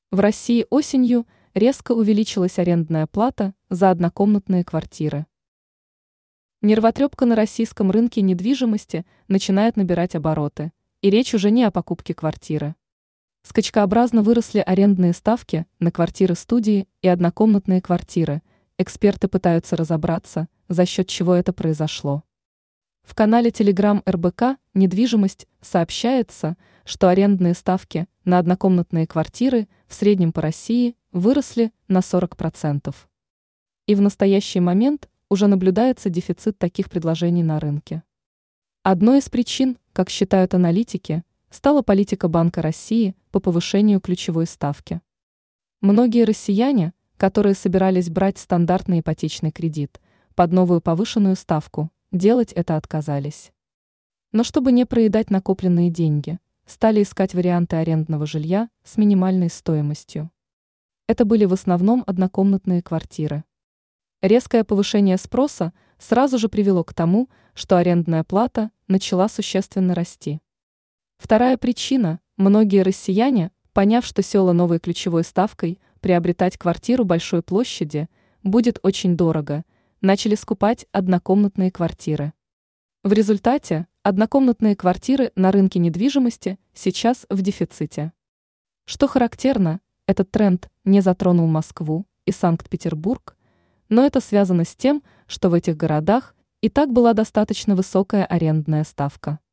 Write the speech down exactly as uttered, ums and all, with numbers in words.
В России осенью резко увеличилась арендная плата за однокомнатные квартиры. Нервотрепка на российском рынке недвижимости начинает набирать обороты, и речь уже не о покупке квартиры. Скачкообразно выросли арендные ставки на квартиры-студии и однокомнатные квартиры. Эксперты пытаются разобраться, за счет чего это произошло. В канале Telegram эр бэ ка «Недвижимость» сообщается, что арендные ставки на однокомнатные квартиры в среднем по России выросли на сорок процентов. И в настоящий момент уже наблюдается дефицит таких предложений на рынке. Одной из причин, как считают аналитики, стала политика Банка России по повышению ключевой ставки. Многие россияне, которые собирались брать стандартный ипотечный кредит под новую повышенную ставку, делать это отказались. Но чтобы не проедать накопленные деньги, стали искать варианты арендного жилья с минимальной стоимостью. Это были в основном однокомнатные квартиры. Резкое повышение спроса сразу же привело к тому, что арендная плата начала существенно расти. Вторая причина – многие россияне, поняв, что села новой ключевой ставкой приобретать квартиру большой площади будет очень дорого, начали скупать однокомнатные квартиры. В результате однокомнатные квартиры на рынке недвижимости сейчас в дефиците. Что характерно, этот тренд не затронул Москву и Санкт-Петербург, но это связано с тем, что в этих городах и так была достаточно высокая арендная ставка.